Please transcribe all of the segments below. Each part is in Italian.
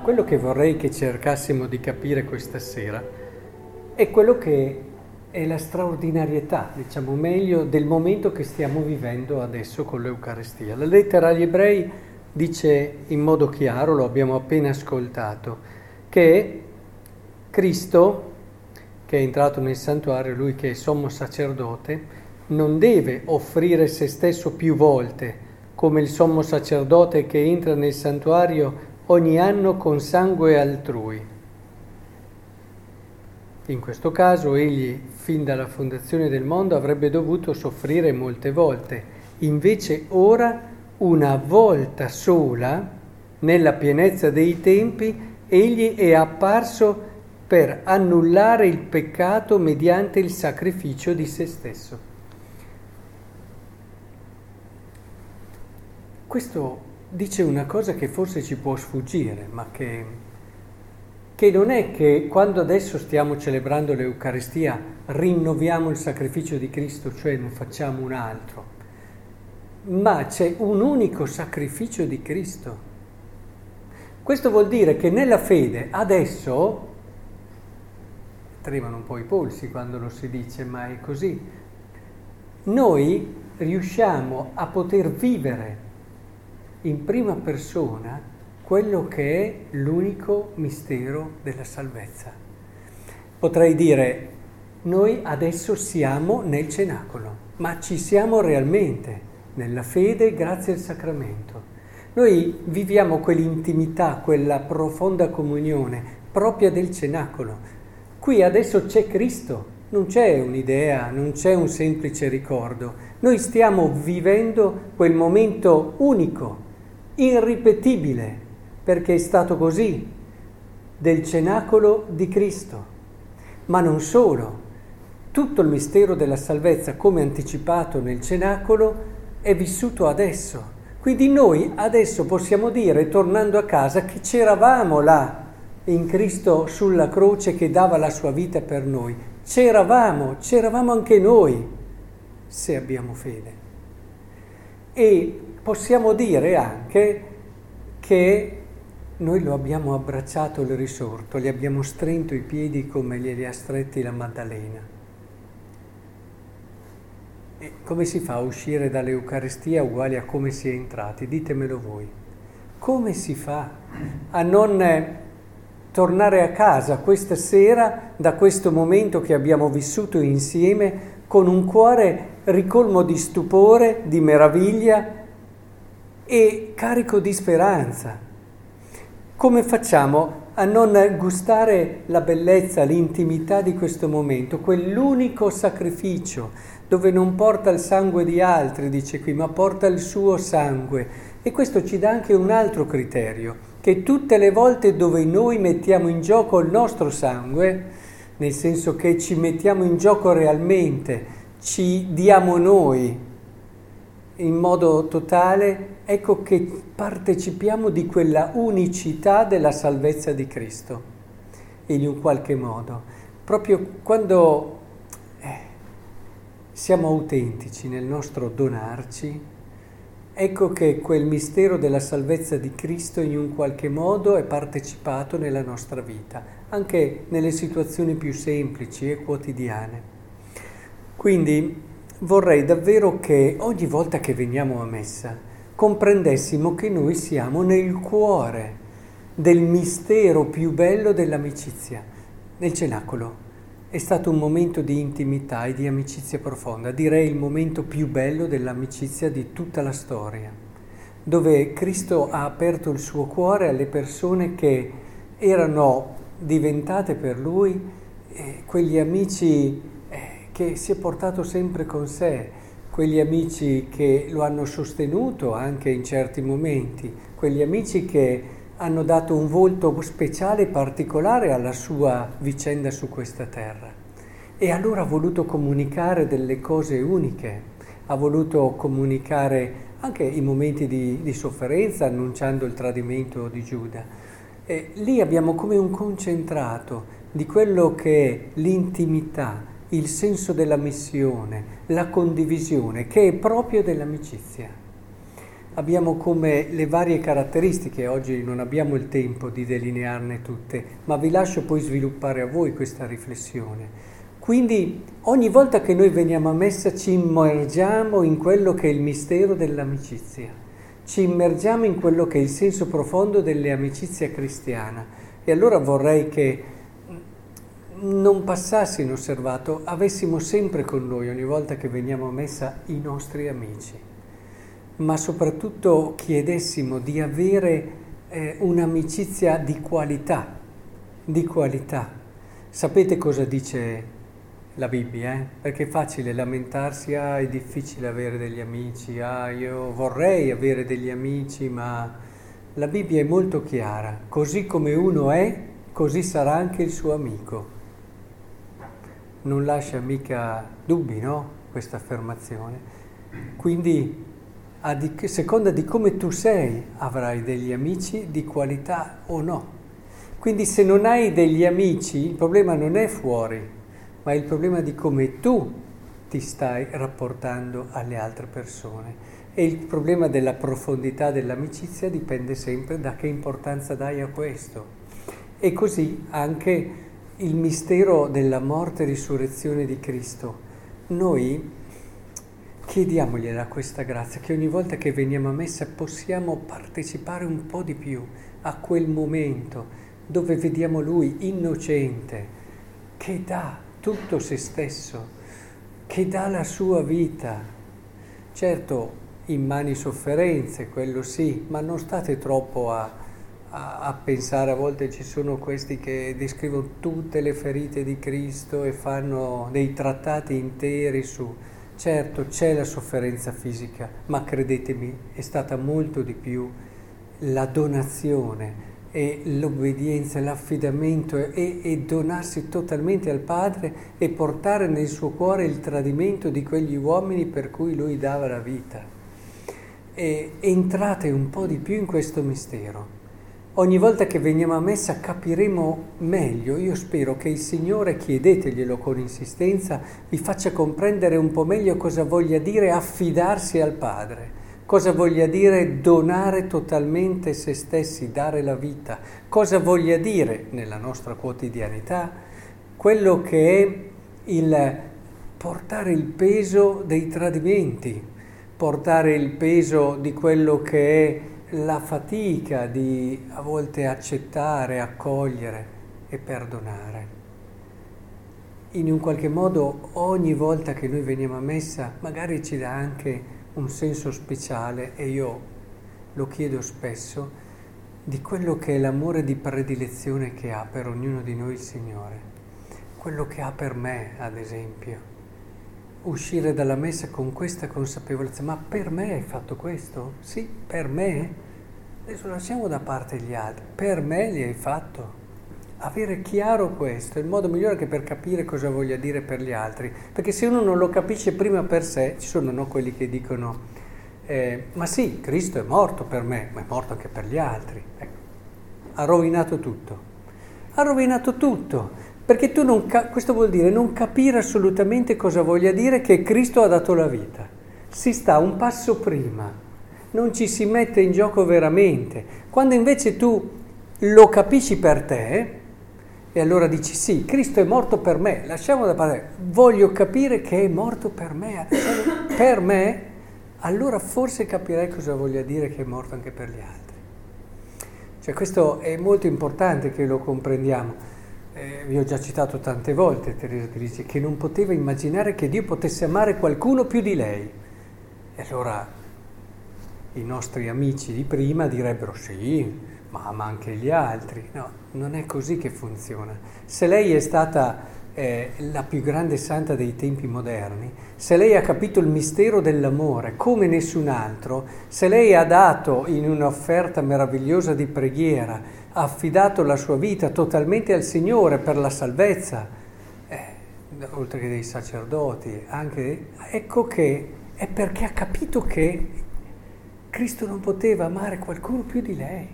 quello che vorrei che cercassimo di capire questa sera è quello che è la straordinarietà, diciamo meglio, del momento che stiamo vivendo adesso con l'Eucaristia. La lettera agli Ebrei dice in modo chiaro, lo abbiamo appena ascoltato, che Cristo, che è entrato nel santuario, lui che è sommo sacerdote, non deve offrire se stesso più volte, come il sommo sacerdote che entra nel santuario ogni anno con sangue altrui. In questo caso egli, fin dalla fondazione del mondo, avrebbe dovuto soffrire molte volte. Invece ora, una volta sola, nella pienezza dei tempi, egli è apparso per annullare il peccato mediante il sacrificio di se stesso. Questo dice una cosa che forse ci può sfuggire, ma che non è che quando adesso stiamo celebrando l'Eucaristia rinnoviamo il sacrificio di Cristo, cioè ne facciamo un altro, ma c'è un unico sacrificio di Cristo. Questo vuol dire che nella fede adesso, tremano un po' i polsi quando lo si dice, ma è così, noi riusciamo a poter vivere in prima persona quello che è l'unico mistero della salvezza. Potrei dire, noi adesso siamo nel cenacolo, ma ci siamo realmente nella fede grazie al sacramento. Noi viviamo quell'intimità, quella profonda comunione propria del cenacolo. Qui adesso c'è Cristo, non c'è un'idea, non c'è un semplice ricordo. Noi stiamo vivendo quel momento unico, irripetibile, perché è stato così, del cenacolo di Cristo. Ma non solo, tutto il mistero della salvezza, come anticipato nel cenacolo, è vissuto adesso. Quindi noi adesso possiamo dire, tornando a casa, che c'eravamo là, in Cristo sulla croce che dava la sua vita per noi. C'eravamo anche noi, se abbiamo fede. E possiamo dire anche che noi lo abbiamo abbracciato il risorto, gli abbiamo stretto i piedi come glieli ha stretti la Maddalena. E come si fa a uscire dall'Eucaristia uguale a come si è entrati? Ditemelo voi. Come si fa a non tornare a casa questa sera da questo momento che abbiamo vissuto insieme con un cuore ricolmo di stupore, di meraviglia e carico di speranza? Come facciamo a non gustare la bellezza, l'intimità di questo momento, quell'unico sacrificio dove non porta il sangue di altri, dice qui, ma porta il suo sangue? E questo ci dà anche un altro criterio, che tutte le volte dove noi mettiamo in gioco il nostro sangue, nel senso che ci mettiamo in gioco realmente, ci diamo noi in modo totale, ecco che partecipiamo di quella unicità della salvezza di Cristo, in un qualche modo. Proprio quando siamo autentici nel nostro donarci, ecco che quel mistero della salvezza di Cristo in un qualche modo è partecipato nella nostra vita, anche nelle situazioni più semplici e quotidiane. Quindi vorrei davvero che ogni volta che veniamo a messa comprendessimo che noi siamo nel cuore del mistero più bello dell'amicizia. Nel cenacolo è stato un momento di intimità e di amicizia profonda, direi il momento più bello dell'amicizia di tutta la storia, dove Cristo ha aperto il suo cuore alle persone che erano diventate per lui quegli amici che si è portato sempre con sé, quegli amici che lo hanno sostenuto anche in certi momenti, quegli amici che hanno dato un volto speciale e particolare alla sua vicenda su questa terra. E allora ha voluto comunicare delle cose uniche, ha voluto comunicare anche i momenti di sofferenza, annunciando il tradimento di Giuda. E lì abbiamo come un concentrato di quello che è l'intimità, il senso della missione, la condivisione, che è proprio dell'amicizia. abbiamo come le varie caratteristiche, oggi non abbiamo il tempo di delinearne tutte, ma vi lascio poi sviluppare a voi questa riflessione. Quindi ogni volta che noi veniamo a messa ci immergiamo in quello che è il mistero dell'amicizia, ci immergiamo in quello che è il senso profondo dell'amicizia cristiana. E allora vorrei che non passasse inosservato, avessimo sempre con noi, ogni volta che veniamo a messa, i nostri amici, ma soprattutto chiedessimo di avere un'amicizia di qualità, di qualità. Sapete cosa dice la Bibbia? Perché è facile lamentarsi, è difficile avere degli amici, io vorrei avere degli amici, ma la Bibbia è molto chiara, così come uno è, così sarà anche il suo amico. Non lascia mica dubbi, no? Questa affermazione. Quindi, a seconda di come tu sei, avrai degli amici di qualità o no. Quindi se non hai degli amici, il problema non è fuori, ma è il problema di come tu ti stai rapportando alle altre persone. E il problema della profondità dell'amicizia dipende sempre da che importanza dai a questo. E così anche il mistero della morte e risurrezione di Cristo. Noi chiediamogliela questa grazia, che ogni volta che veniamo a messa possiamo partecipare un po' di più a quel momento dove vediamo Lui innocente, che dà tutto se stesso, che dà la sua vita. Certo, immani sofferenze, quello sì, ma non state troppo a pensare, a volte ci sono questi che descrivono tutte le ferite di Cristo e fanno dei trattati interi su... Certo, c'è la sofferenza fisica, ma credetemi, è stata molto di più la donazione e l'obbedienza, l'affidamento e donarsi totalmente al Padre e portare nel suo cuore il tradimento di quegli uomini per cui Lui dava la vita. E entrate un po' di più in questo mistero. Ogni volta che veniamo a messa capiremo meglio. Io spero che il Signore, chiedeteglielo con insistenza, vi faccia comprendere un po' meglio cosa voglia dire affidarsi al Padre, cosa voglia dire donare totalmente se stessi, dare la vita, cosa voglia dire nella nostra quotidianità quello che è il portare il peso dei tradimenti, portare il peso di quello che è la fatica di a volte accettare, accogliere e perdonare. In un qualche modo ogni volta che noi veniamo a messa magari ci dà anche un senso speciale, e io lo chiedo spesso, di quello che è l'amore di predilezione che ha per ognuno di noi il Signore, quello che ha per me, ad esempio. Uscire dalla messa con questa consapevolezza, ma per me hai fatto questo? Sì, per me? Adesso lasciamo da parte gli altri, per me li hai fatto. Avere chiaro questo è il modo migliore che per capire cosa voglia dire per gli altri, perché se uno non lo capisce prima per sé, ci sono quelli che dicono ma sì, Cristo è morto per me, ma è morto anche per gli altri. Ecco, ha rovinato tutto. Perché tu questo vuol dire non capire assolutamente cosa voglia dire che Cristo ha dato la vita. Si sta un passo prima, non ci si mette in gioco veramente. Quando invece tu lo capisci per te, e allora dici sì, Cristo è morto per me, lasciamo da parte, voglio capire che è morto per me, allora forse capirai cosa voglia dire che è morto anche per gli altri. Cioè questo è molto importante che lo comprendiamo. Vi ho già citato tante volte Teresa dice che non poteva immaginare che Dio potesse amare qualcuno più di lei. E allora i nostri amici di prima direbbero sì, ma ama anche gli altri. No, non è così che funziona. Se lei è stata la più grande santa dei tempi moderni, se lei ha capito il mistero dell'amore come nessun altro, se lei ha dato in un'offerta meravigliosa di preghiera, ha affidato la sua vita totalmente al Signore per la salvezza, oltre che dei sacerdoti, anche, ecco che è perché ha capito che Cristo non poteva amare qualcuno più di lei.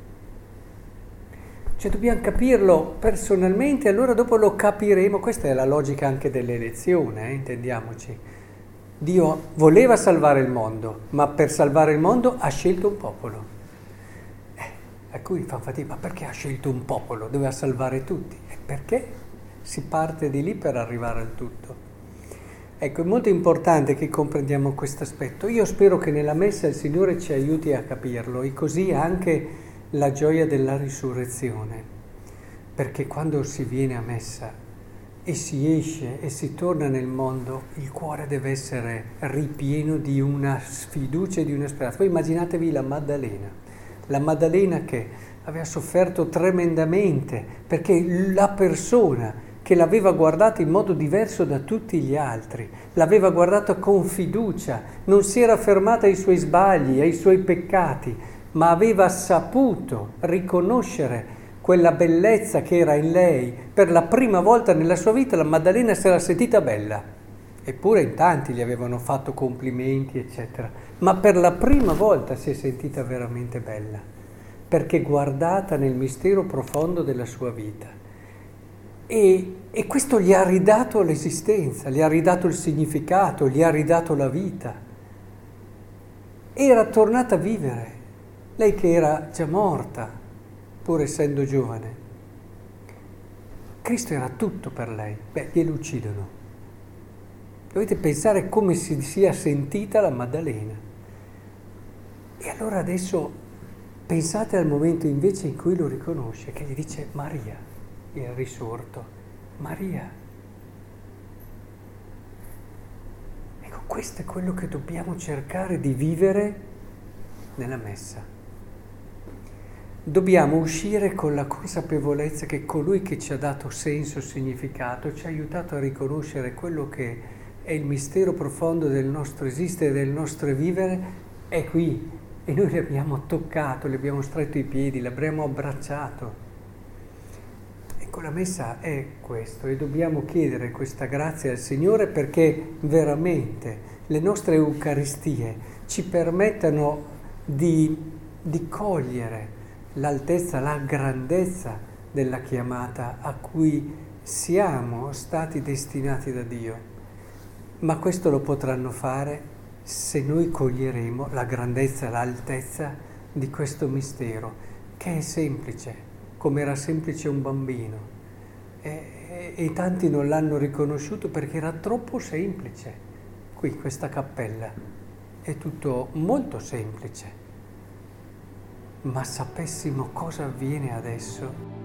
Cioè dobbiamo capirlo personalmente, allora dopo lo capiremo. Questa è la logica anche dell'elezione, intendiamoci. Dio voleva salvare il mondo, ma per salvare il mondo ha scelto un popolo. A cui fa fatica, ma perché ha scelto un popolo? Doveva salvare tutti. E perché si parte di lì per arrivare al tutto? Ecco, è molto importante che comprendiamo questo aspetto. Io spero che nella messa il Signore ci aiuti a capirlo e così anche la gioia della risurrezione. Perché quando si viene a messa e si esce e si torna nel mondo, il cuore deve essere ripieno di una sfiducia e di una speranza. Voi immaginatevi la Maddalena che aveva sofferto tremendamente perché la persona che l'aveva guardata in modo diverso da tutti gli altri, l'aveva guardata con fiducia, non si era fermata ai suoi sbagli, ai suoi peccati, ma aveva saputo riconoscere quella bellezza che era in lei. Per la prima volta nella sua vita la Maddalena si era sentita bella, eppure in tanti gli avevano fatto complimenti, eccetera, ma per la prima volta si è sentita veramente bella, perché guardata nel mistero profondo della sua vita. E questo gli ha ridato l'esistenza, gli ha ridato il significato, gli ha ridato la vita. Era tornata a vivere, lei che era già morta, pur essendo giovane. Cristo era tutto per lei. Glielo uccidono. Dovete pensare come si sia sentita la Maddalena. E allora adesso pensate al momento invece in cui lo riconosce, che gli dice Maria. Il risorto, Maria. Ecco, questo è quello che dobbiamo cercare di vivere nella messa. Dobbiamo uscire con la consapevolezza che colui che ci ha dato senso, significato, ci ha aiutato a riconoscere quello che è il mistero profondo del nostro esistere, del nostro vivere, è qui. E noi le abbiamo toccato, le abbiamo stretto i piedi, l'abbiamo abbracciato. Ecco, la messa è questo e dobbiamo chiedere questa grazia al Signore perché veramente le nostre Eucaristie ci permettano di cogliere l'altezza, la grandezza della chiamata a cui siamo stati destinati da Dio. Ma questo lo potranno fare se noi coglieremo la grandezza, l'altezza di questo mistero, che è semplice, come era semplice un bambino, e tanti non l'hanno riconosciuto perché era troppo semplice. Qui questa cappella è tutto molto semplice, ma sapessimo cosa avviene adesso.